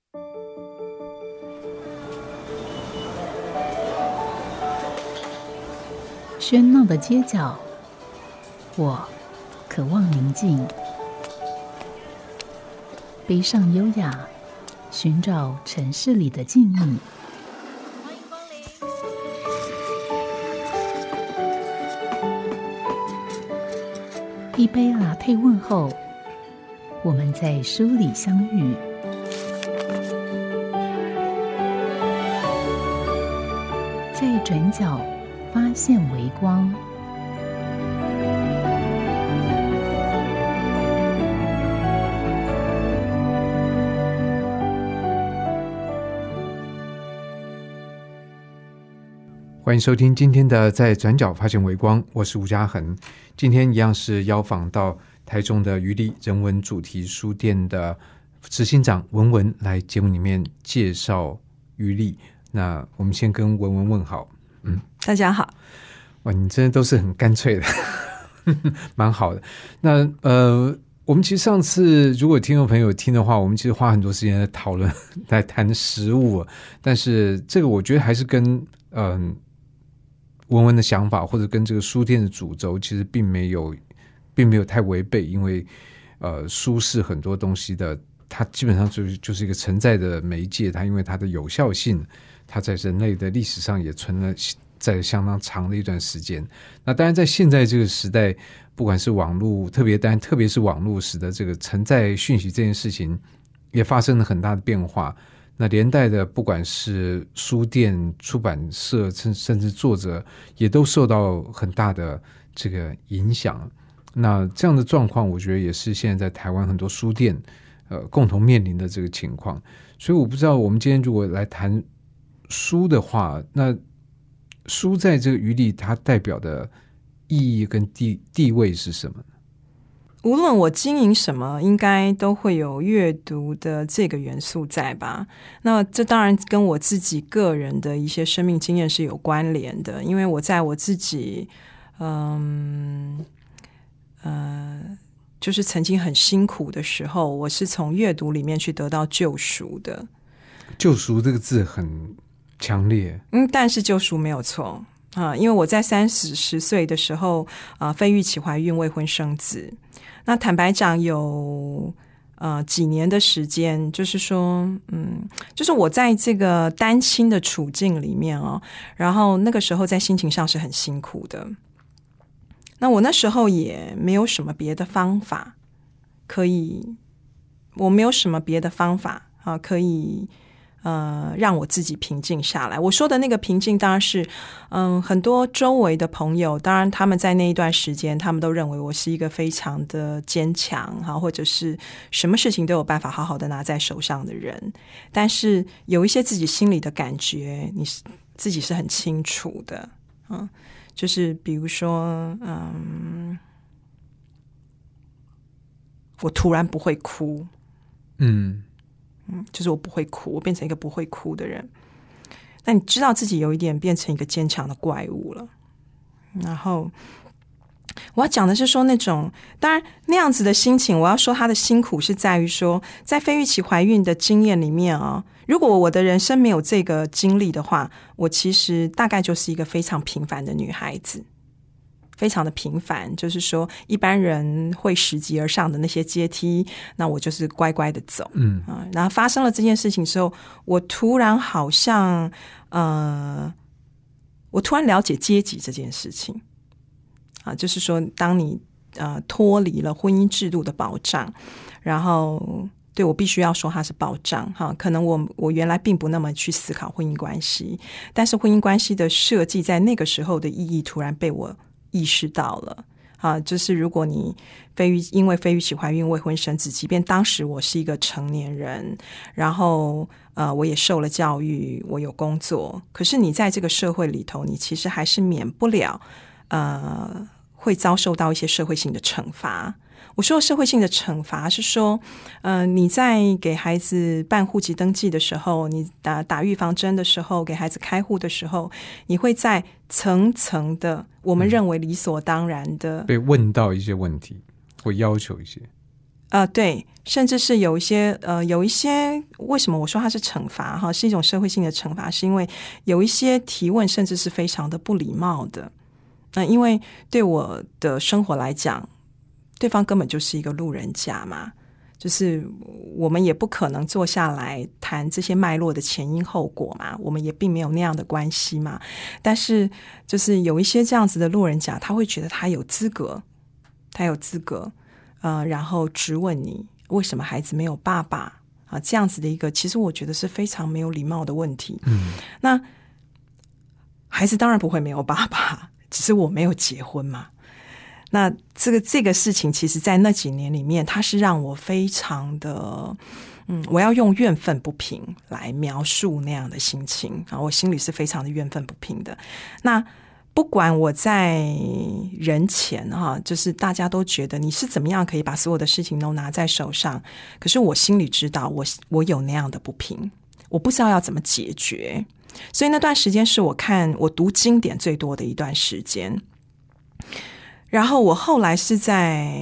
喧闹的街角，我渴望宁静。背上优雅，寻找城市里的静谧。 欢迎光临。 一杯拿铁问候，我们在书里相遇。在转角发现微光。 欢迎收听今天的在转角发现微光，我是吴嘉恒。今天一样是邀访到台中的余力人文主题书店的执行长文文来节目里面介绍余力。那我们先跟文文问好。 大家好。 哇，你真的都是很干脆的蛮好的。那我们其实上次如果听众朋友听的话，我们其实花很多时间在讨论来谈食物，但是这个我觉得还是跟文文的想法或者跟这个书店的主轴其实并没有太违背，因为书是很多东西的，它基本上就是一个承载的媒介，它因为它的有效性，它在人类的历史上也存了在相当长的一段时间。那当然在现在这个时代，不管是网络，特别是网络使得这个承载讯息这件事情也发生了很大的变化。那连带的不管是书店、出版社甚至作者也都受到很大的这个影响。那这样的状况我觉得也是现在在台湾很多书店共同面临的这个情况。所以我不知道我们今天如果来谈书的话，那书在这个余力它代表的意义跟地位是什么呢？ 无论我经营什么，应该都会有阅读的这个元素在吧。那这当然跟我自己个人的一些生命经验是有关联的，因为我在我自己就是曾经很辛苦的时候，我是从阅读里面去得到救赎的。 救赎这个字很强烈。 但是救赎没有错因为我在30岁的时候非预期怀孕，未婚生子。那坦白讲有几年的时间，就是说就是我在这个单亲的处境里面然后那个时候在心情上是很辛苦的。那我那时候也没有什么别的方法可以让我自己平静下来。我说的那个平静当然是很多周围的朋友，当然他们在那一段时间他们都认为我是一个非常的坚强或者是什么事情都有办法好好的拿在手上的人，但是有一些自己心里的感觉你自己是很清楚的就是比如说我突然不会哭就是我不会哭，我变成一个不会哭的人。那你知道自己有一点变成一个坚强的怪物了。然后我要讲的是说那种，当然那样子的心情，我要说他的辛苦是在于说，在非预期怀孕的经验里面如果我的人生没有这个经历的话，我其实大概就是一个非常平凡的女孩子。非常的平凡，就是说一般人会拾级而上的那些阶梯，那我就是乖乖的走。然后发生了这件事情之后，我突然好像我突然了解阶级这件事情就是说当你脱离了婚姻制度的保障，然后对，我必须要说它是保障可能我原来并不那么去思考婚姻关系，但是婚姻关系的设计在那个时候的意义突然被我意识到了就是如果你因为非预期怀孕未婚生子，即便当时我是一个成年人，然后我也受了教育，我有工作，可是你在这个社会里头，你其实还是免不了会遭受到一些社会性的惩罚。我说的社会性的惩罚是说你在给孩子办户籍登记的时候，你打预防针的时候，给孩子开户的时候，你会在层层的我们认为理所当然的被问到一些问题，会要求一些对，甚至是有一些为什么我说它是惩罚哈，是一种社会性的惩罚，是因为有一些提问甚至是非常的不礼貌的。因为对我的生活来讲，对方根本就是一个路人甲嘛，就是我们也不可能坐下来谈这些脉络的前因后果嘛，我们也并没有那样的关系嘛。但是就是有一些这样子的路人甲，他会觉得他有资格，然后质问你为什么孩子没有爸爸啊，这样子的一个，其实我觉得是非常没有礼貌的问题。那孩子当然不会没有爸爸，只是我没有结婚嘛。那这个事情，其实在那几年里面，它是让我非常的，我要用怨愤不平来描述那样的心情啊，我心里是非常的怨愤不平的。那不管我在人前哈，就是大家都觉得你是怎么样可以把所有的事情都拿在手上，可是我心里知道我有那样的不平，我不知道要怎么解决。所以那段时间是我读经典最多的一段时间。然后我后来是在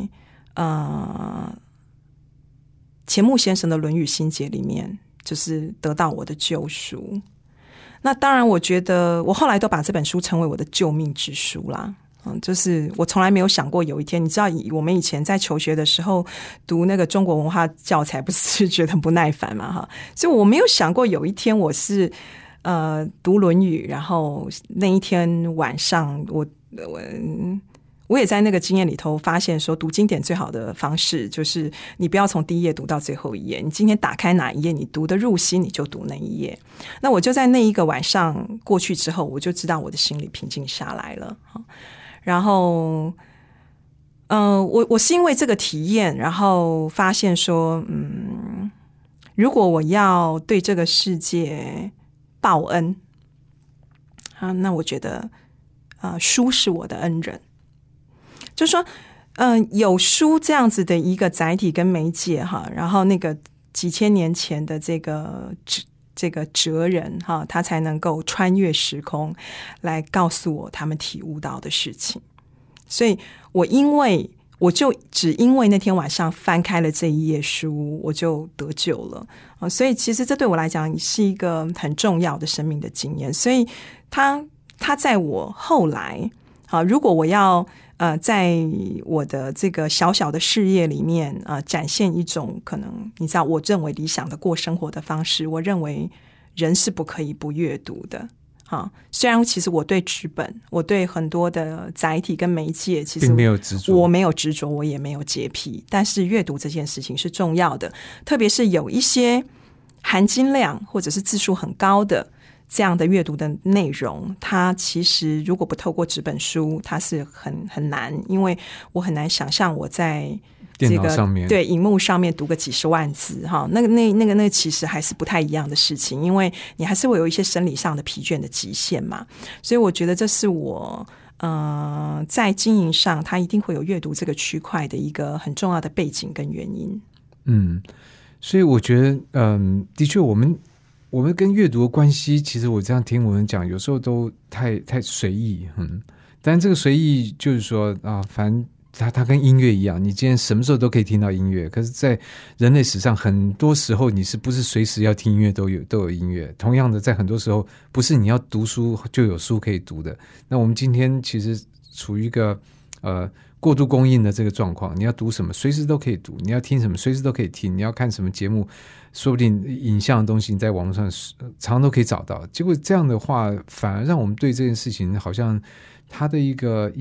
钱穆先生的《论语心解》里面，就是得到我的救赎。那当然，我觉得我后来都把这本书称为我的救命之书啦。就是我从来没有想过有一天，你知道，我们以前在求学的时候读那个中国文化教材，不是觉得不耐烦嘛？哈，所以我没有想过有一天我是读《论语》，然后那一天晚上我也在那个经验里头发现说，读经典最好的方式就是你不要从第一页读到最后一页，你今天打开哪一页你读得入心，你就读那一页。那我就在那一个晚上过去之后，我就知道我的心里平静下来了。然后我是因为这个体验，然后发现说如果我要对这个世界报恩那我觉得书是我的恩人。就是说有书这样子的一个载体跟媒介哈，然后那个几千年前的这个哲人哈，他才能够穿越时空来告诉我他们体悟到的事情。所以我就只因为那天晚上翻开了这一页书，我就得救了所以其实这对我来讲是一个很重要的生命的经验。所以他在我后来如果我要在我的这个小小的事业里面展现一种可能你知道我认为理想的过生活的方式，我认为人是不可以不阅读的虽然其实我对纸本，我对很多的载体跟媒介其实并没有执着， 我没有执着，我也没有洁癖，但是阅读这件事情是重要的，特别是有一些含金量或者是字数很高的这样的阅读的内容，它其实如果不透过纸本书，它是很难，因为我很难想象我在电脑上面对荧幕上面读个几十万字那个其实还是不太一样的事情，因为你还是会有一些生理上的疲倦的极限嘛。所以我觉得这是我在经营上，它一定会有阅读这个区块的一个很重要的背景跟原因。 所以我觉得的确我们跟阅读的关系，其实我这样听我们讲，有时候都太随意但这个随意就是说反正它跟音乐一样，你今天什么时候都可以听到音乐，可是在人类史上很多时候你是不是随时要听音乐都有音乐，同样的在很多时候不是你要读书就有书可以读的。那我们今天其实处于一个过度供应的这个状况，你要读什么随时都可以读，你要听什么随时都可以听，你要看什么节目说不定影像的东西你在网络上常常都可以找到。结果这样的话反而让我们对这件事情好像它的一个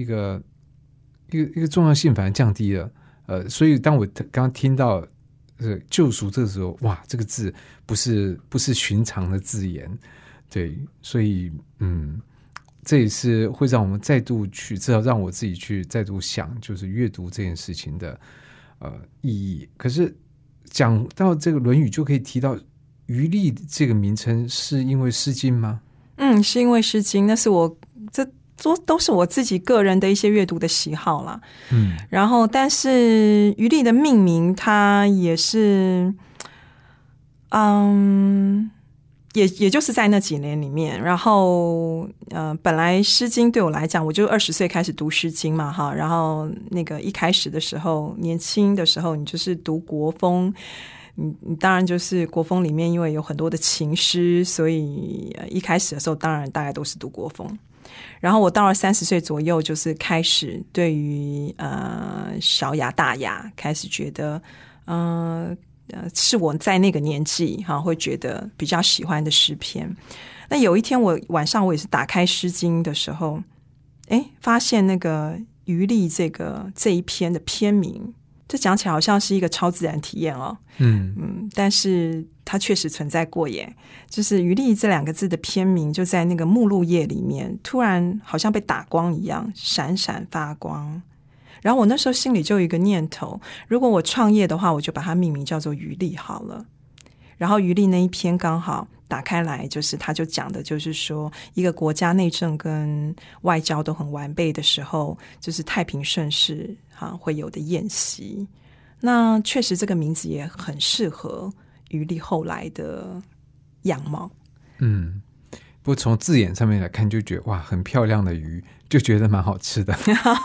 重要性反而降低了。所以当我刚刚听到救赎这个时候，哇，这个字不是寻常的字眼，对，所以这也是会让我们再度去，至少让我自己去再度想，就是阅读这件事情的意义。可是讲到这个《论语》，就可以提到余力这个名称，是因为《诗经》吗？ 是因为《诗经》，那是这都是我自己个人的一些阅读的喜好啦。然后但是余力的命名它也是也就是在那几年里面，然后本来《诗经》对我来讲，我就20岁开始读《诗经》嘛，哈，然后那个一开始的时候，年轻的时候，你就是读国风，你当然就是国风里面，因为有很多的情诗，所以一开始的时候，当然大概都是读国风。然后我到了30岁左右，就是开始对于小雅大雅开始觉得是我在那个年纪会觉得比较喜欢的诗篇。那有一天晚上我也是打开诗经的时候，发现那个余力这一篇的篇名，这讲起来好像是一个超自然体验哦。但是它确实存在过耶。就是余力这2个字的篇名就在那个目录页里面，突然好像被打光一样闪闪发光。然后我那时候心里就有一个念头，如果我创业的话，我就把它命名叫做余力好了。然后余力那一篇刚好打开来，就是他就讲的就是说，一个国家内政跟外交都很完备的时候，就是太平盛世会有的宴席。那确实这个名字也很适合余力后来的样貌。 不过从字眼上面来看，就觉得哇，很漂亮的鱼，就觉得蛮好吃的。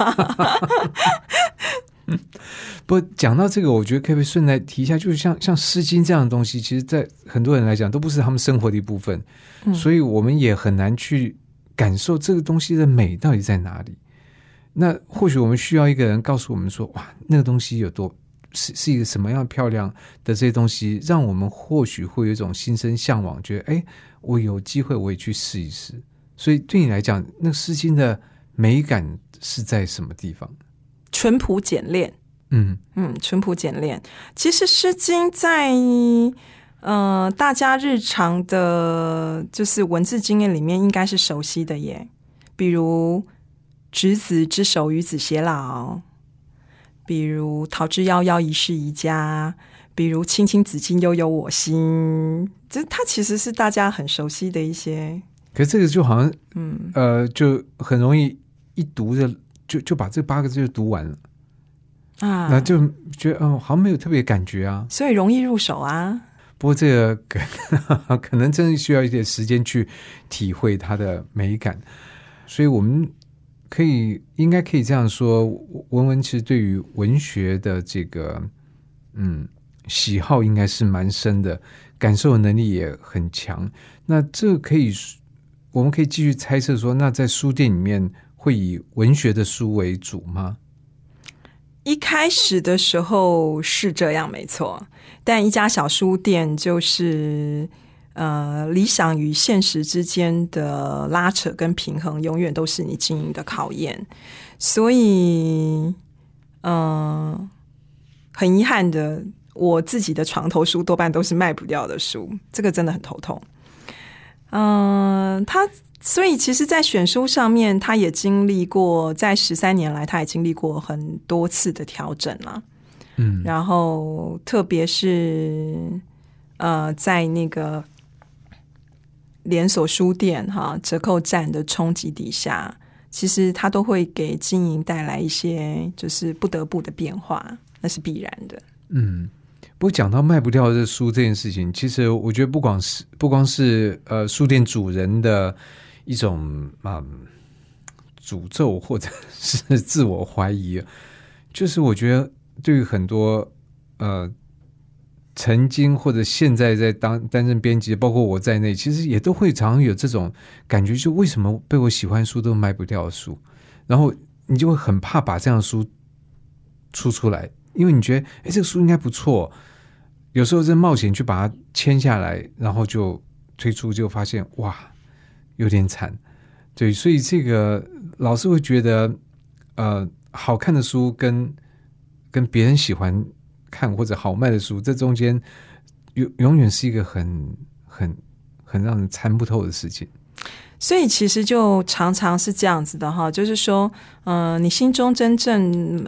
不过讲到这个，我觉得可不可以顺带提一下，就是像诗经这样的东西，其实在很多人来讲都不是他们生活的一部分，所以我们也很难去感受这个东西的美到底在哪里。那或许我们需要一个人告诉我们说，哇，那个东西有多是一个什么样漂亮的这些东西，让我们或许会有一种心生向往，觉得我有机会我也去试一试。所以对你来讲，那诗经的美感是在什么地方？ 淳朴简练。淳朴简练。其实诗经在大家日常的就是文字经验里面应该是熟悉的耶。比如执子之手，与子偕老，比如桃之夭夭，一世宜家，比如青青子衿，悠悠我心。这它其实是大家很熟悉的一些。 可是这个就好像就很容易一读的就把这8个字就读完了啊，那就觉得好像没有特别感觉啊， 所以容易入手啊。 不过这个可能真的需要一点时间去体会它的美感。所以我们应该可以这样说，文文其实对于文学的这个喜好应该是蛮深的，感受能力也很强。那这我们可以继续猜测说，那在书店里面会以文学的书为主吗？ 一开始的时候是这样，没错。但一家小书店就是理想与现实之间的拉扯跟平衡，永远都是你经营的考验。所以很遗憾的，我自己的床头书多半都是卖不掉的书，这个真的很头痛。所以其实在选书上面，他也经历过，在13年来他也经历过很多次的调整啦。然后特别是在那个连锁书店折扣战的冲击底下，其实他都会给经营带来一些就是不得不的变化，那是必然的。 不过讲到卖不掉的书这件事情，其实我觉得不光是书店主人的一种诅咒或者是自我怀疑，就是我觉得对于很多曾经或者现在在担任编辑，包括我在内，其实也都会常常有这种感觉，就为什么被我喜欢书都卖不掉的书，然后你就会很怕把这样的书出来，因为你觉得这个书应该不错，有时候真冒险去把它签下来，然后就推出，就发现哇有点惨。对，所以这个老是会觉得好看的书跟别人喜欢看或者好卖的书，这中间永远是一个很让人参不透的事情。 所以其实就常常是这样子的哈，就是说你心中真正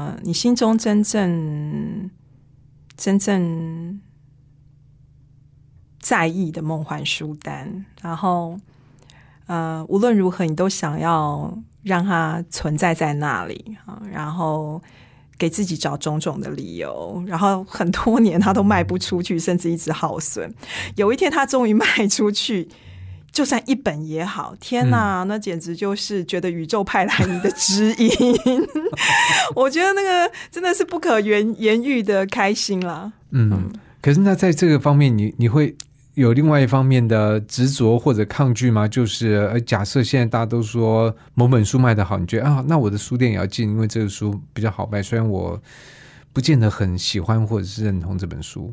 在意的梦幻书单，然后无论如何你都想要让它存在在那里，然后给自己找种种的理由，然后很多年他都卖不出去，甚至一直耗损。有一天他终于卖出去，就算一本也好，天哪，那简直就是觉得宇宙派来你的指引。我觉得那个真的是不可言喻的开心啦。 可是那在这个方面你会有另外一方面的执着或者抗拒吗？就是假设现在大家都说某本书卖得好，你觉得那我的书店也要进，因为这个书比较好卖，虽然我不见得很喜欢或者是认同这本书。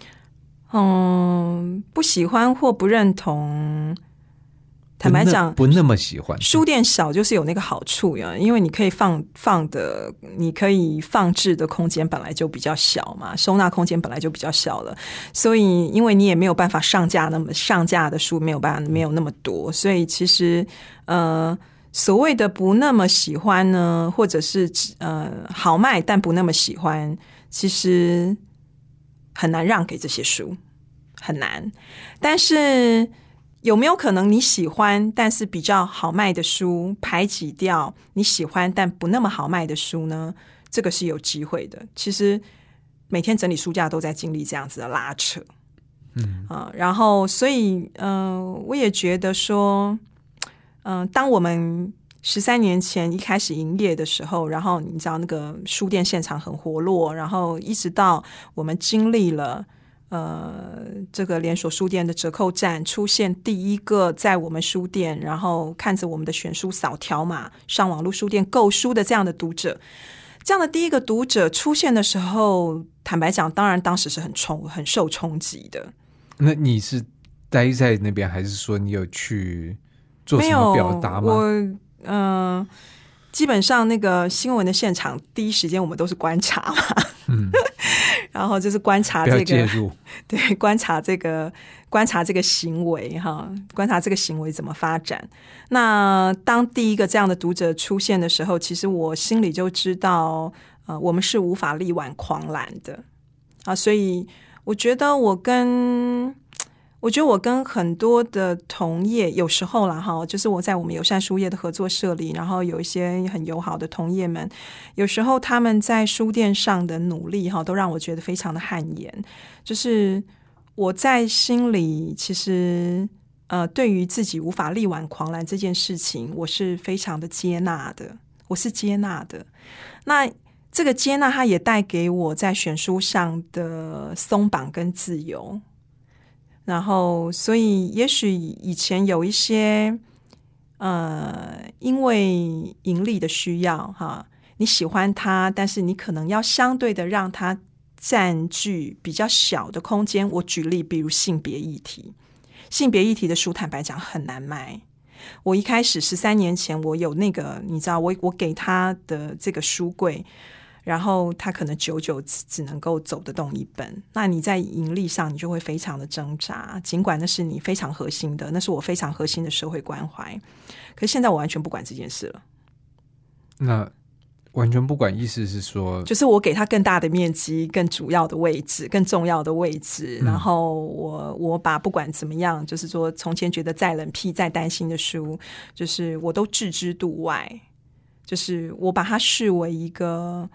不喜欢或不认同，坦白讲不那么喜欢。 书店小就是有那个好处呀，因为你可以你可以放置的空间本来就比较小嘛，收纳空间本来就比较小了，所以因为你也没有办法上架的书没有那么多，所以其实所谓的不那么喜欢呢，或者是好卖但不那么喜欢，其实很难让给这些书，很难。但是有没有可能你喜欢但是比较好卖的书排挤掉你喜欢但不那么好卖的书呢？这个是有机会的。其实每天整理书架都在经历这样子的拉扯。然后所以我也觉得说当我们13年前一开始营业的时候，然后你知道那个书店现场很活络，然后一直到我们经历了这个连锁书店的折扣站出现第一个在我们书店，然后看着我们的选书扫条码上网络书店购书的这样的读者，这样的第一个读者出现的时候，坦白讲当然当时是很受冲击的。 那你是待在那边还是说你有去做什么表达吗？ 我基本上那个新闻的现场第一时间我们都是观察嘛，然后就是观察这个，不要介入，对，观察这个行为哈，观察这个行为怎么发展。那当第一个这样的读者出现的时候，其实我心里就知道，我们是无法力挽狂澜的啊，所以我觉得我跟很多的同业有时候啦哈，就是我在我们友善书业的合作社里，然后有一些很友好的同业们，有时候他们在书店上的努力哈，都让我觉得非常的汗颜。就是我在心里其实对于自己无法力挽狂澜这件事情，我是非常的接纳的，我是接纳的。那这个接纳它也带给我在选书上的松绑跟自由。然后所以也许以前有一些因为盈利的需要哈，你喜欢它，但是你可能要相对的让它占据比较小的空间。我举例，比如性别议题的书坦白讲很难卖。我一开始13年前我有那个你知道我给他的这个书柜，然后他可能久久只能够走得动一本，那你在盈利上你就会非常的挣扎，尽管那是你非常核心的，那是我非常核心的社会关怀，可是现在我完全不管这件事了。 那完全不管意思是说， 就是我给他更大的面积，更主要的位置，更重要的位置，然后我把不管怎么样，就是说从前觉得再冷僻再担心的书，就是我都置之度外，就是我把它视为一个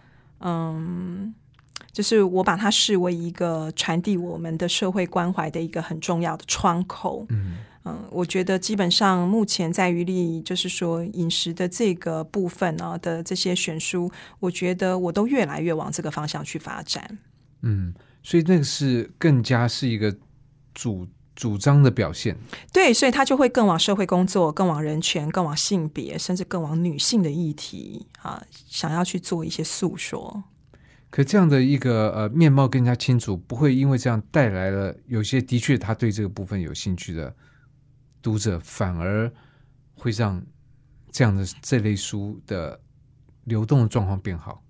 就是我把它视为一个传递我们的社会关怀的一个很重要的窗口。我觉得基本上目前在于例，就是说饮食的这个部分的这些选书，我觉得我都越来越往这个方向去发展。 所以那个是更加是一个主张的表现。 对，所以他就会更往社会工作，更往人权，更往性别，甚至更往女性的议题想要去做一些诉说。 可这样的一个面貌更加清楚，不会因为这样带来了有些的确他对这个部分有兴趣的读者，反而会让这样的这类书的流动的状况变好。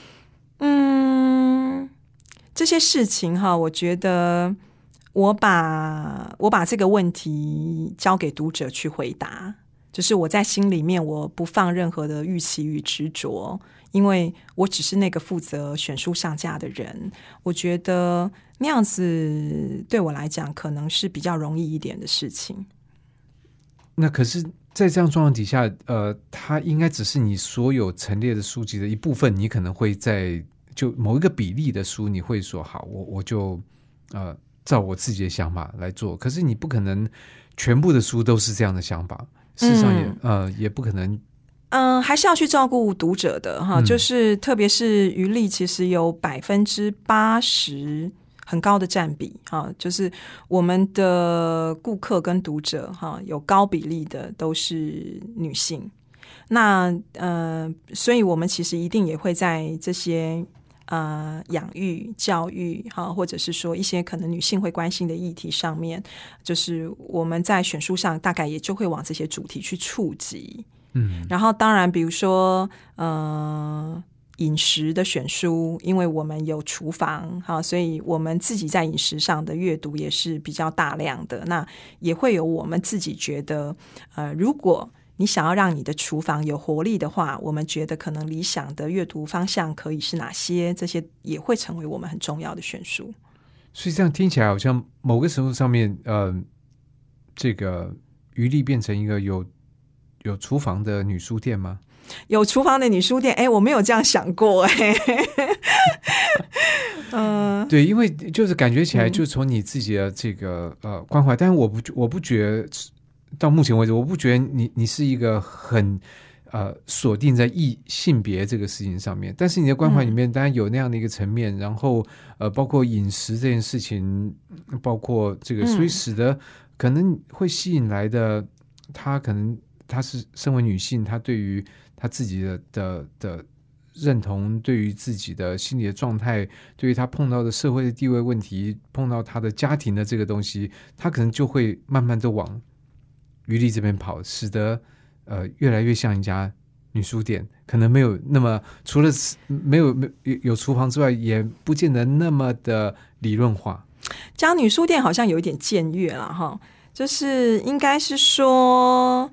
这些事情我觉得我把这个问题交给读者去回答，就是我在心里面我不放任何的预期与执着，因为我只是那个负责选书上架的人，我觉得那样子对我来讲可能是比较容易一点的事情。 那可是在这样状况底下，它应该只是你所有陈列的书籍的一部分，你可能会在就某一个比例的书，你会说好，我就照我自己的想法来做。可是你不可能全部的书都是这样的想法，事实上也不可能。 还是要去照顾读者的哈，就是特别是余力，其实有80%很高的占比哈，就是我们的顾客跟读者哈，有高比例的都是女性。那所以我们其实一定也会在这些养育、教育哈，或者是说一些可能女性会关心的议题上面，就是我们在选书上大概也就会往这些主题去触及。然后当然比如说饮食的选书，因为我们有厨房哈，所以我们自己在饮食上的阅读也是比较大量的。那也会有我们自己觉得如果你想要让你的厨房有活力的话，我们觉得可能理想的阅读方向可以是哪些，这些也会成为我们很重要的选书。 所以这样听起来好像某个程度上面这个余力变成一个有厨房的女书店吗？ 有厨房的女书店，我没有这样想过对，因为就是感觉起来就从你自己的这个关怀，但是我不觉得到目前为止，我不觉得你是一个很锁定在性别这个事情上面，但是你的关怀里面当然有那样的一个层面，然后包括饮食这件事情，包括这个，所以使得可能会吸引来的她是身为女性，她对于她自己的认同，对于自己的心理的状态，对于她碰到的社会的地位问题，碰到她的家庭的这个东西，她可能就会慢慢的往余力这边跑，使得越来越像一家女书店，可能没有那么除了没有厨房之外，也不见得那么的理论化。 讲女书店好像有一点僭越了哈，就是应该是说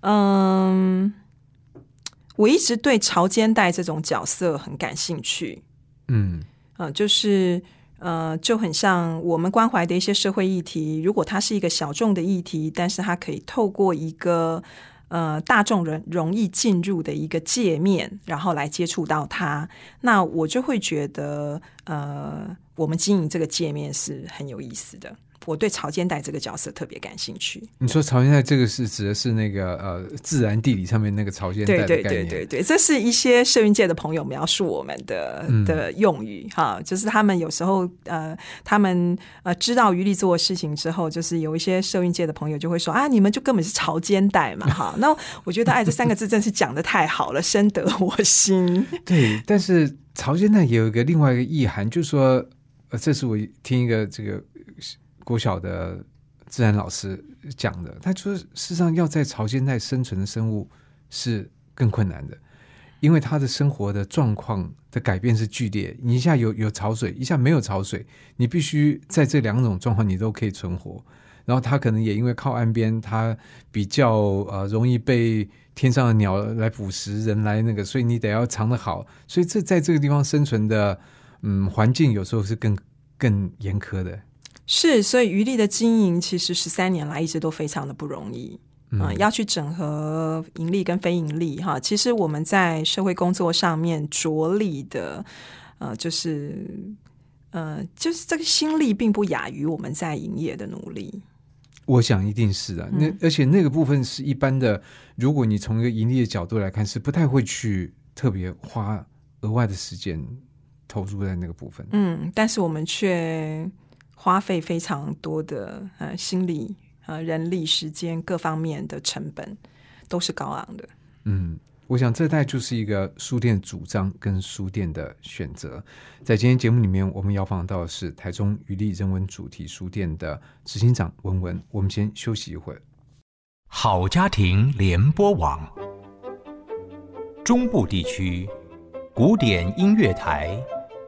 我一直对潮间带这种角色很感兴趣。就是就很像我们关怀的一些社会议题，如果它是一个小众的议题，但是它可以透过一个大众人容易进入的一个界面，然后来接触到它，那我就会觉得我们经营这个界面是很有意思的。我对潮间带这个角色特别感兴趣。你说潮间带这个是指的是那个自然地理上面那个潮间带的概念？ 对，这是一些社运界的朋友描述我们的用语哈，就是他们有时候他们知道余力做的事情之后，就是有一些社运界的朋友就会说你们就根本是潮间带嘛哈。那我觉得这3个字真是讲得太好了，深得我心。 对，但是潮间带也有另外一个意涵，就是说这是我听一个这个国小的自然老师讲的，他说事实上要在潮间带生存的生物是更困难的，因为他的生活的状况的改变是剧烈，你一下有潮水，一下没有潮水，你必须在这2种状况你都可以存活。然后他可能也因为靠岸边，他比较容易被天上的鸟来捕食，人来那个，所以你得要藏得好，所以在这个地方生存的环境有时候是更严苛的。 是，所以余力的经营其实13年来一直都非常的不容易。要去整合盈利跟非盈利哈，其实我们在社会工作上面着力的就是这个心力并不亚于我们在营业的努力。 我想一定是的，而且那个部分是一般的，如果你从一个盈利的角度来看，是不太会去特别花额外的时间投入在那个部分。 但是我们却花费非常多的心力、人力、时间各方面的成本都是高昂的。 我想这大概就是一个书店主张跟书店的选择。在今天节目里面，我们邀访到的是台中余力人文主题书店的执行长文文。我们先休息一会儿。 好家庭联播网，中部地区古典音乐台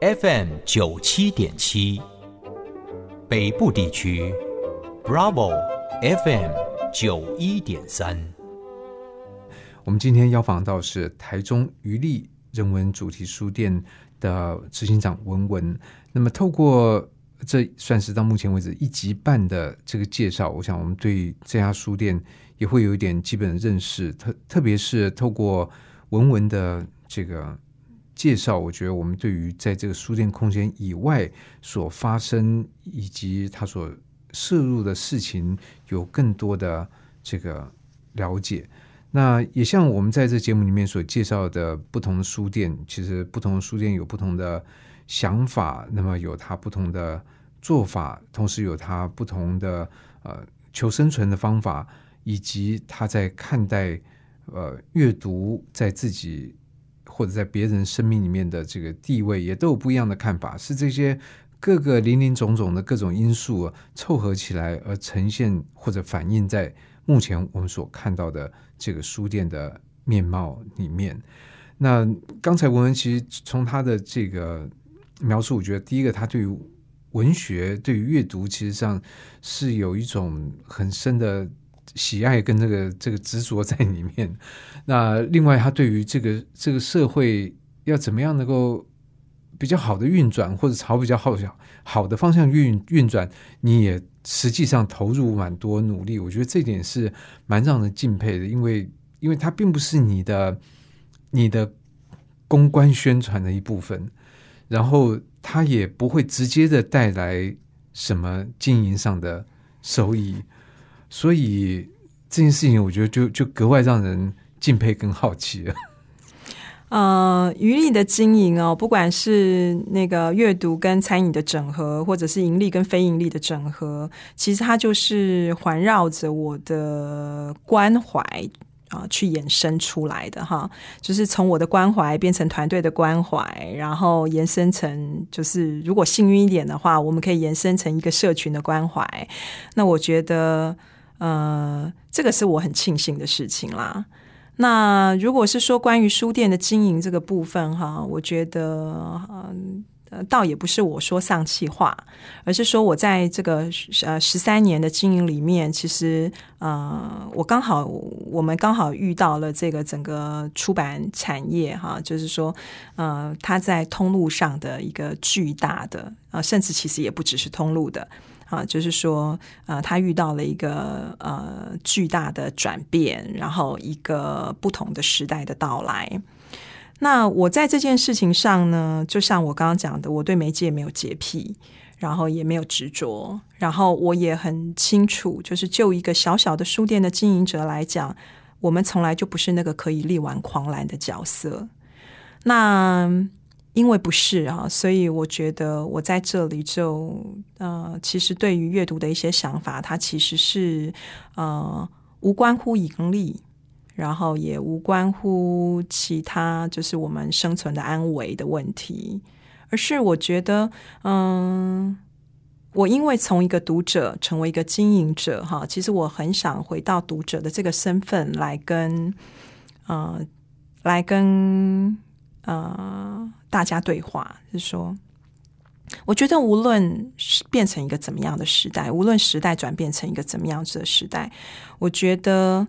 FM97.7，北部地区 Bravo FM91.3。 我们今天邀访到是台中余力人文主题书店的执行长文文。那么透过这算是到目前为止1集半的这个介绍，我想我们对这家书店也会有一点基本的认识，特别是透过文的这个介绍，我觉得我们对于在这个书店空间以外所发生以及它所摄入的事情有更多的这个了解。那也像我们在这节目里面所介绍的不同的书店，其实不同的书店有不同的想法，那么有它不同的做法，同时有它不同的求生存的方法，以及他在看待阅读在自己或者在别人生命里面的这个地位，也都有不一样的看法，是这些各个林林总总的各种因素凑合起来而呈现或者反映在目前我们所看到的这个书店的面貌里面。那刚才文其实从他的这个描述，我觉得第一个他对于文学对于阅读其实上是有一种很深的喜爱跟这个执着在里面。那另外他对于这个社会要怎么样能够比较好的运转，或者朝比较好的方向运转，你也实际上投入蛮多努力，我觉得这点是蛮让人敬佩的，因为它并不是你的公关宣传的一部分，然后它也不会直接的带来什么经营上的收益，所以这件事情我觉得就格外让人敬佩跟好奇了。 余力的经营不管是那个阅读跟餐饮的整合，或者是盈利跟非盈利的整合，其实它就是环绕着我的关怀去衍生出来的哈，就是从我的关怀变成团队的关怀，然后延伸成就是如果幸运一点的话，我们可以延伸成一个社群的关怀。那我觉得这个是我很庆幸的事情啦。那如果是说关于书店的经营这个部分哈，我觉得倒也不是我说丧气话，而是说我在这个13年的经营里面，其实我们刚好遇到了这个整个出版产业哈，就是说它在通路上的一个巨大的甚至其实也不只是通路的就是说他遇到了一个巨大的转变，然后一个不同的时代的到来。那我在这件事情上呢，就像我刚刚讲的，我对媒介没有洁癖，然后也没有执着，然后我也很清楚，就是就一个小小的书店的经营者来讲，我们从来就不是那个可以力挽狂澜的角色。那因为不是所以我觉得我在这里就其实对于阅读的一些想法，它其实是无关乎盈利，然后也无关乎其他就是我们生存的安危的问题，而是我觉得我因为从一个读者成为一个经营者其实我很想回到读者的这个身份来跟大家对话，就是说我觉得无论变成一个怎么样的时代，无论时代转变成一个怎么样子的时代，我觉得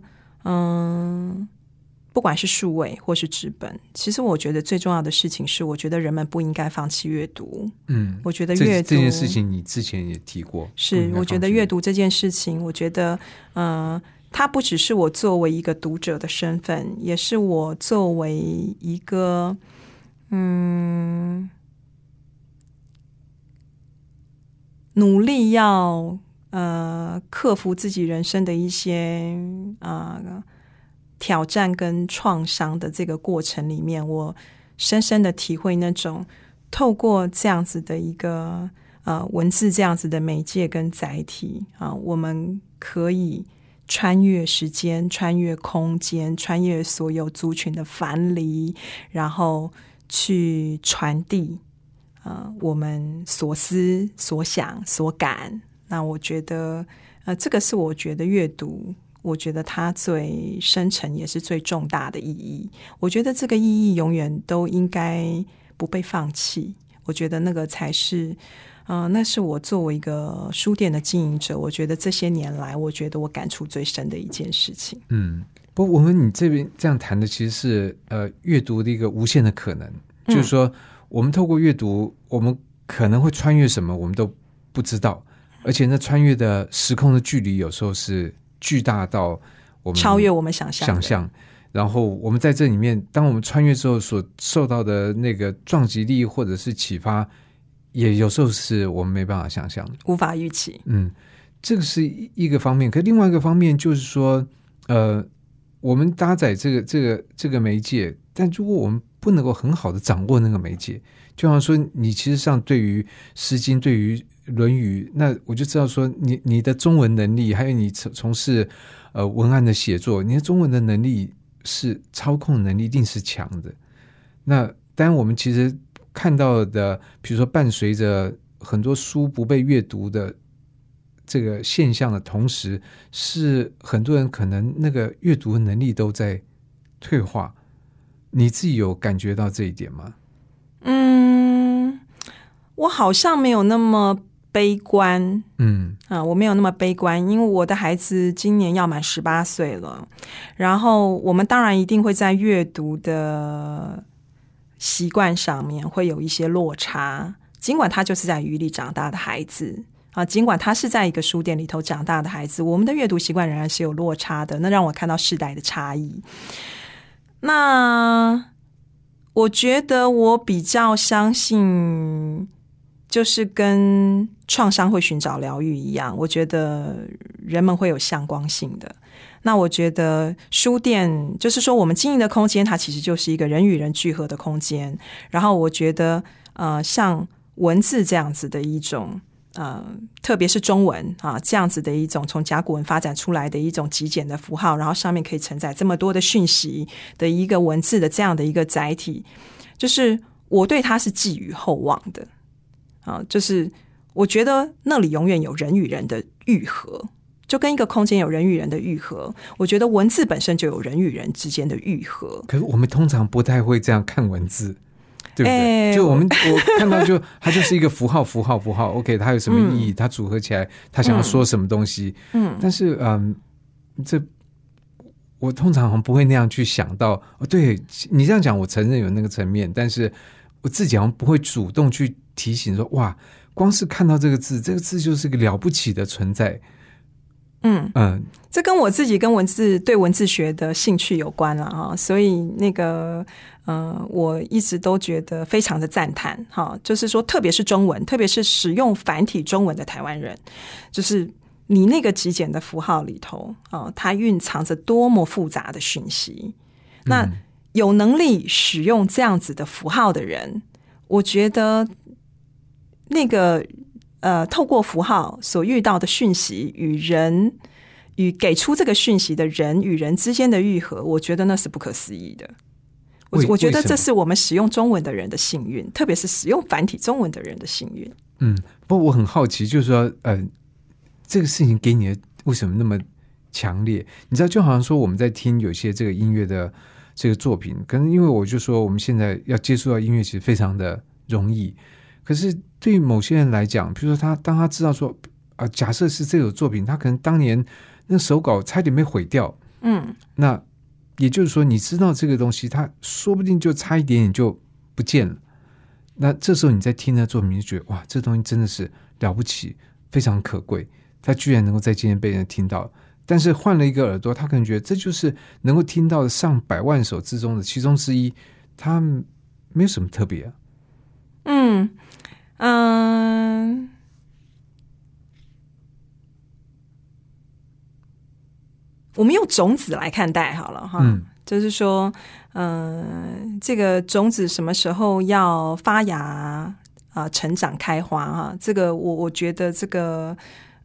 不管是数位或是纸本，其实我觉得最重要的事情是，我觉得人们不应该放弃阅读。我觉得阅读这件事情你之前也提过， 是我觉得阅读这件事情，我觉得它不只是我作为一个读者的身份，也是我作为一个努力要克服自己人生的一些挑战跟创伤的这个过程里面，我深深的体会那种透过这样子的一个文字这样子的媒介跟载体我们可以穿越时间，穿越空间，穿越所有族群的藩篱，然后去传递我们所思所想所感。那我觉得这个是我觉得阅读，我觉得它最深沉也是最重大的意义。我觉得这个意义永远都应该不被放弃，我觉得那个才是那是我作为一个书店的经营者，我觉得这些年来我觉得我感触最深的一件事情。 不过我们你这边这样谈的其实是阅读的一个无限的可能，就是说我们透过阅读，我们可能会穿越什么我们都不知道，而且那穿越的时空的距离有时候是巨大到我们超越我们想象。 然后我们在这里面，当我们穿越之后所受到的那个撞击力或者是启发，也有时候是我们没办法想象的， 无法预期。 这个是一个方面。可另外一个方面就是说，我们搭载这个媒介，但如果我们不能够很好的掌握那个媒介，就好像说你其实上对于《诗经》对于《论语》，那我就知道说你的中文能力，还有你从事文案的写作，你的中文的能力是操控能力一定是强的。那当然我们其实看到的，比如说伴随着很多书不被阅读的这个现象的同时，是很多人可能那个阅读的能力都在退化。你自己有感觉到这一点吗？ 我好像没有那么悲观。我没有那么悲观，因为我的孩子今年要满18岁了，然后我们当然一定会在阅读的习惯上面会有一些落差，尽管他就是在鱼里长大的孩子尽管他是在一个书店里头长大的孩子，我们的阅读习惯仍然是有落差的，那让我看到世代的差异。那我觉得我比较相信，就是跟创伤会寻找疗愈一样，我觉得人们会有相关性的。那我觉得书店就是说我们经营的空间，它其实就是一个人与人聚合的空间。然后我觉得像文字这样子的一种特别是中文这样子的一种从甲骨文发展出来的一种极简的符号，然后上面可以承载这么多的讯息的一个文字的这样的一个载体，就是我对它是寄予厚望的就是我觉得那里永远有人与人的愈合，就跟一个空间有人与人的愈合，我觉得文字本身就有人与人之间的愈合。 可是我们通常不太会这样看文字，对不对？就我看到就它就是一个符号 OK， 它有什么意义，它组合起来它想要说什么东西。但是这我通常好像不会那样去想到对，你这样讲我承认有那个层面，但是我自己好像不会主动去提醒说哇，光是看到这个字就是个了不起的存在。这跟我自己跟对文字学的兴趣有关了所以那个我一直都觉得非常的赞叹就是说特别是中文，特别是使用繁体中文的台湾人，就是你那个极简的符号里头它蕴藏着多么复杂的讯息。那有能力使用这样子的符号的人，我觉得那个透过符号所遇到的讯息与给出这个讯息的人与人之间的愈合，我觉得那是不可思议的。我觉得这是我们使用中文的人的幸运，特别是使用繁体中文的人的幸运。 不过我很好奇，就是说这个事情给你的为什么那么强烈？你知道，就好像说我们在听有些这个音乐的这个作品，可能因为我就说我们现在要接触到音乐其实非常的容易，可是对于某些人来讲，比如说当他知道说假设是这首作品，他可能当年那手稿差点没毁掉，那也就是说你知道这个东西他说不定就差一点点就不见了，那这时候你在听那作品就觉得哇，这东西真的是了不起，非常可贵，他居然能够在今天被人听到。但是换了一个耳朵，他可能觉得这就是能够听到的上百万首之中的其中之一，他没有什么特别我们用种子来看待好了就是说这个种子什么时候要发芽成长开花这个我觉得这个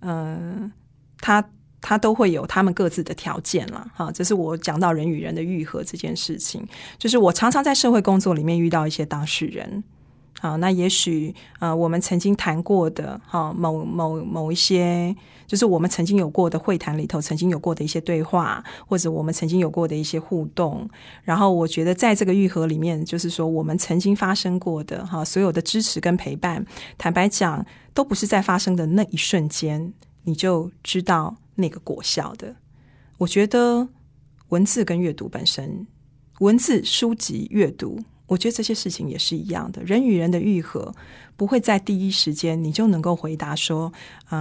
它都会有他们各自的条件啦这是我讲到人与人的愈合这件事情，就是我常常在社会工作里面遇到一些当事人那也许我们曾经谈过的某一些，就是我们曾经有过的会谈里头曾经有过的一些对话，或者我们曾经有过的一些互动，然后我觉得在这个愈合里面，就是说我们曾经发生过的所有的支持跟陪伴，坦白讲都不是在发生的那一瞬间你就知道那个果效的。我觉得文字跟阅读本身，文字书籍阅读我觉得这些事情也是一样的，人与人的愈合不会在第一时间你就能够回答说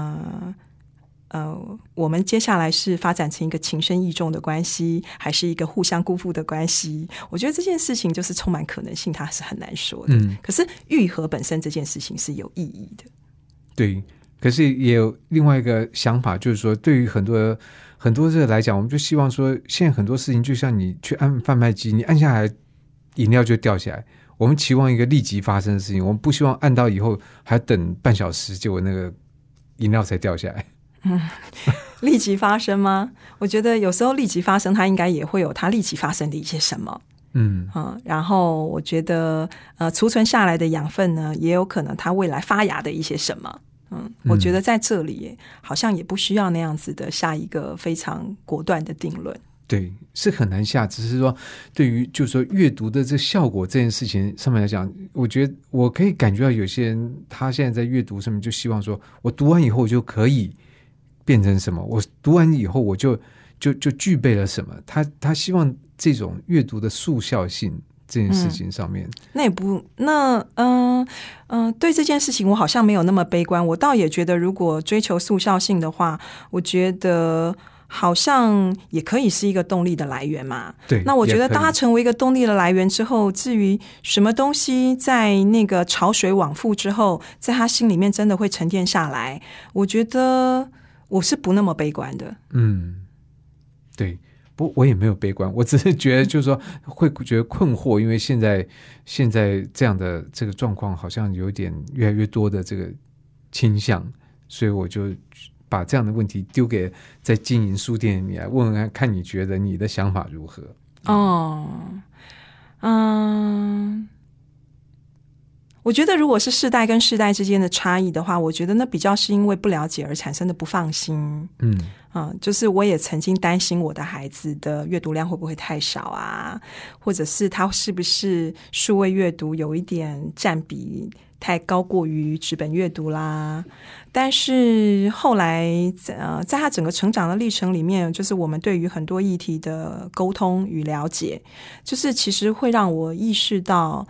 我们接下来是发展成一个情深意重的关系，还是一个互相辜负的关系？我觉得这件事情就是充满可能性，它是很难说的。可是愈合本身这件事情是有意义的。 对，可是也有另外一个想法，就是说对于很多这个来讲，我们就希望说现在很多事情就像你去按贩卖机，你按下来饮料就掉下来，我们期望一个立即发生的事情，我们不希望按到以后还等半小时结果那个饮料才掉下来。 立即发生吗？我觉得有时候立即发生它应该也会有它立即发生的一些什么。然后我觉得储存下来的养分呢，也有可能它未来发芽的一些什么。我觉得在这里好像也不需要那样子的下一个非常果断的定论。 对，是很难下，只是说对于就是说阅读的这效果这件事情上面来讲，我觉得我可以感觉到有些人他现在在阅读上面就希望说我读完以后我就可以变成什么，我读完以后我就具备了什么，他希望这种阅读的速效性这件事情上面。 对这件事情我好像没有那么悲观，我倒也觉得如果追求速效性的话，我觉得好像也可以是一个动力的来源嘛。 对， 那我觉得当它成为一个动力的来源之后，至于什么东西在那个潮水往复之后在他心里面真的会沉淀下来，我觉得我是不那么悲观的。 对，不，我也没有悲观，我只是觉得就是说会觉得困惑，因为现在这样的这个状况好像有点越来越多的这个倾向，所以我就把这样的问题丢给在经营书店里来问问看你觉得你的想法如何。 我觉得如果是世代跟世代之间的差异的话，我觉得那比较是因为不了解而产生的不放心。就是我也曾经担心我的孩子的阅读量会不会太少啊，或者是他是不是数位阅读有一点占比太高过于纸本阅读啦。但是后来在他整个成长的历程里面，就是我们对于很多议题的沟通与了解，就是其实会让我意识到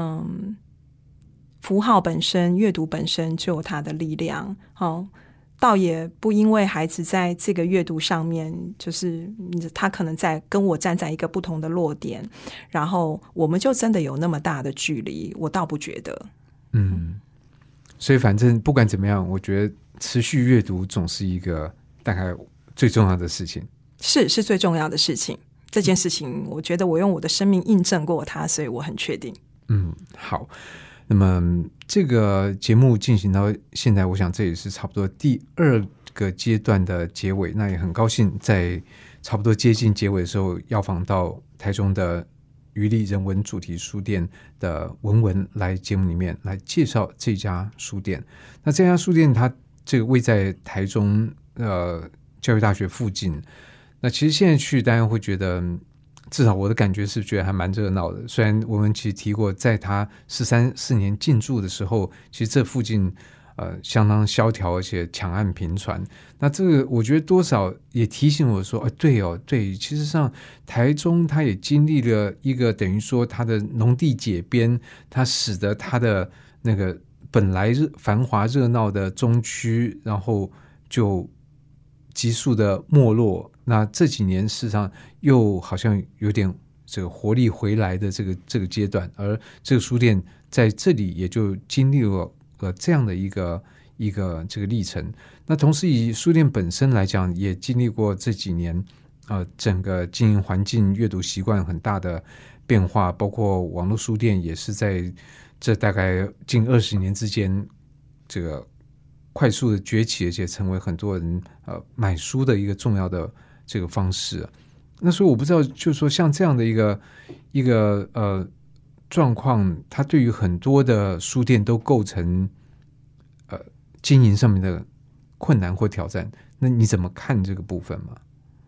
符号本身阅读本身就有它的力量。倒也不因为孩子在这个阅读上面就是他可能在跟我站在一个不同的落点，然后我们就真的有那么大的距离，我倒不觉得。 所以反正不管怎么样，我觉得持续阅读总是一个大概最重要的事情。是最重要的事情。这件事情我觉得我用我的生命印证过它，所以我很确定。 好，那么这个节目进行到现在，我想这也是差不多第2个阶段的结尾。那也很高兴在差不多接近结尾的时候，邀访到台中的余力人文主题书店的文来节目里面来介绍这家书店。那这家书店它这个位在台中教育大学附近。那其实现在去当然会觉得，至少我的感觉是觉得还蛮热闹的。虽然我们其实提过，在他13-14年进驻的时候，其实这附近相当萧条，而且抢案频传。那这个我觉得多少也提醒我说，对，其实上台中它也经历了一个等于说它的农地解编，它使得它的那个本来繁华热闹的中区，然后就急速的没落。那这几年事实上又好像有点这个活力回来的这个阶段，而这个书店在这里也就经历了这样的一个这个历程。那同时以书店本身来讲，也经历过这几年整个经营环境、阅读习惯很大的变化，包括网络书店也是在这大概近20年之间这个快速的崛起，而且成为很多人买书的一个重要的这个方式。那所以我不知道，就是说像这样的一个状况，它对于很多的书店都构成经营上面的困难或挑战。那你怎么看这个部分吗？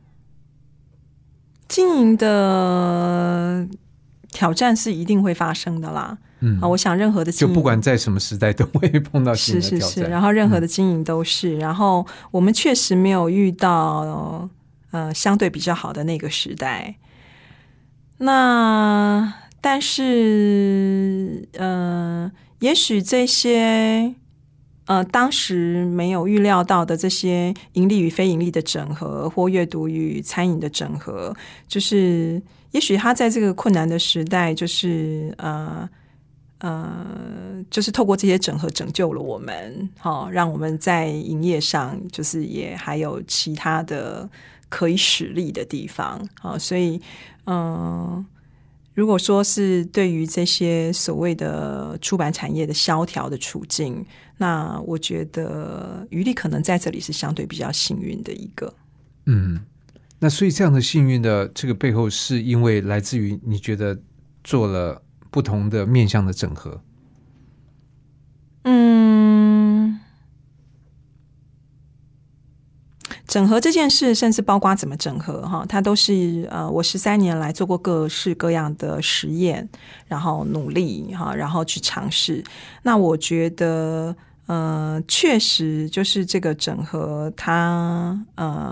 经营的挑战是一定会发生的啦。我想任何的经营， 就不管在什么时代都会碰到新的挑战。 是，然后任何的经营都是。然后我们确实没有遇到相对比较好的那个时代。那但是也许这些当时没有预料到的这些盈利与非盈利的整合，或阅读与餐饮的整合，就是也许他在这个困难的时代，就是就是透过这些整合拯救了我们，让我们在营业上就是也还有其他的可以使力的地方，所以如果说是对于这些所谓的出版产业的萧条的处境，那我觉得余力可能在这里是相对比较幸运的一个。 那所以这样的幸运的这个背后，是因为来自于你觉得做了不同的面向的整合？ 整合这件事，甚至包括怎么整合哈，它都是我13年来做过各式各样的实验，然后努力哈，然后去尝试。那我觉得确实就是这个整合，它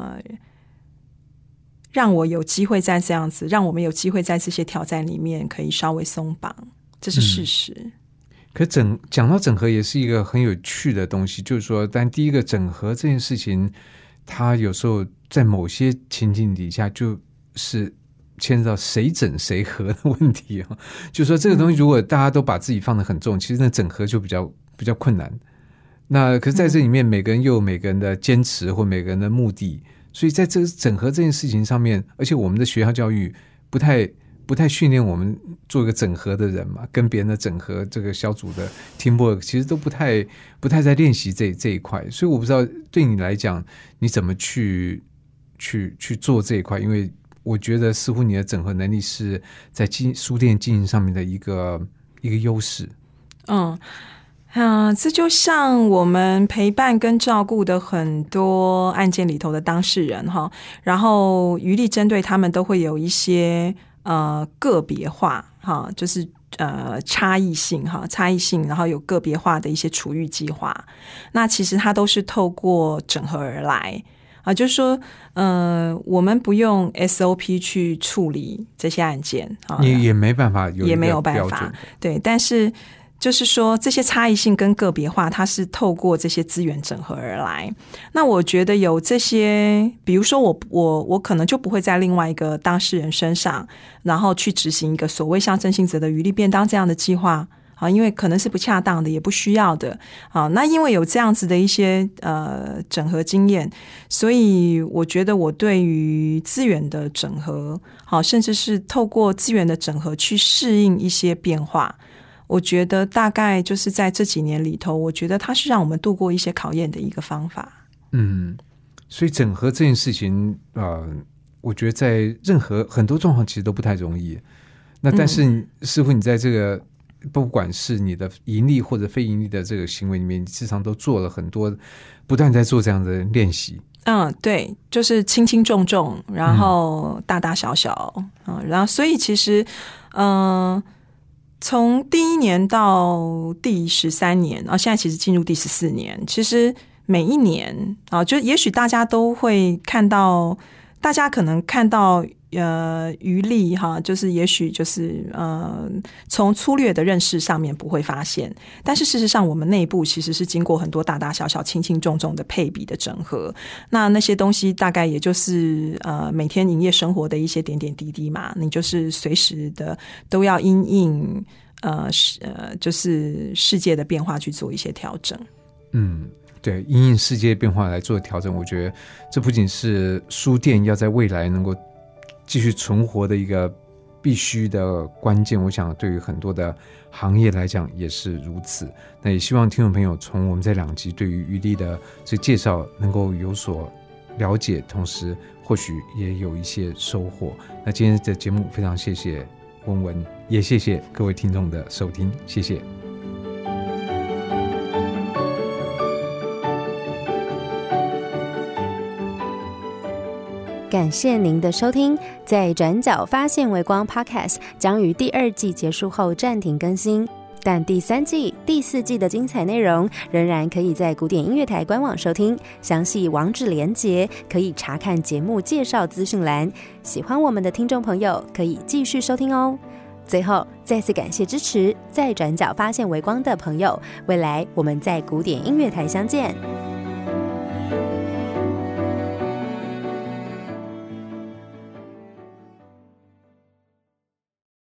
让我有机会在这样子，让我们有机会在这些挑战里面可以稍微松绑，这是事实。 可讲到整合也是一个很有趣的东西，就是说，但第一个整合这件事情，它有时候在某些情境底下就是牵涉到谁整谁合的问题啊。就是说这个东西如果大家都把自己放得很重，其实那整合就比较困难。那可是在这里面每个人又有每个人的坚持或每个人的目的，所以在这整合这件事情上面，而且我们的学校教育不太训练我们做一个整合的人嘛，跟别人的整合这个小组的 teamwork 其实都不太在练习这一块，所以我不知道对你来讲你怎么去做这一块，因为我觉得似乎你的整合能力是在书店经营上面的一个优势。 这就像我们陪伴跟照顾的很多案件里头的当事人哈，然后余力针对他们都会有一些个别化哈，就是差异性，然后有个别化的一些处遇计划。那其实它都是透过整合而来就是说我们不用 SOP 去处理这些案件也没办法有一个标准， 也没有办法，对，但是就是说这些差异性跟个别化，它是透过这些资源整合而来。那我觉得有这些，比如说我可能就不会在另外一个当事人身上，然后去执行一个所谓像郑信哲的余力便当这样的计划因为可能是不恰当的，也不需要的那因为有这样子的一些整合经验，所以我觉得我对于资源的整合甚至是透过资源的整合去适应一些变化，我觉得大概就是在这几年里头，我觉得它是让我们度过一些考验的一个方法。 所以整合这件事情我觉得在任何很多状况其实都不太容易。那但是似乎你在这个不管是你的盈利或者非盈利的这个行为里面，你时常都做了很多，不断在做这样的练习。 对，就是轻轻重重，然后大大小小然后所以其实从第1年到第13年现在其实进入第14年，其实每一年就也许大家都会看到，大家可能看到余力就是也许就是从粗略的认识上面不会发现，但是事实上我们内部其实是经过很多大大小小轻轻重重的配比的整合，那些东西大概也就是每天营业生活的一些点点滴滴嘛，你就是随时的都要因应就是世界的变化去做一些调整。 对，因应世界变化来做调整，我觉得这不仅是书店要在未来能够继续存活的一个必须的关键，我想对于很多的行业来讲也是如此。那也希望听众朋友从我们这2集对于余力的这介绍能够有所了解，同时或许也有一些收获。那今天的节目非常谢谢文文，也谢谢各位听众的收听，谢谢。 感谢您的收听，在转角发现微光 Podcast 将于第2季结束后暂停更新，但第3季、第4季的精彩内容仍然可以在古典音乐台官网收听，详细网址连结可以查看节目介绍资讯栏。喜欢我们的听众朋友可以继续收听哦。 最后再次感谢支持在转角发现微光的朋友，未来我们在古典音乐台相见。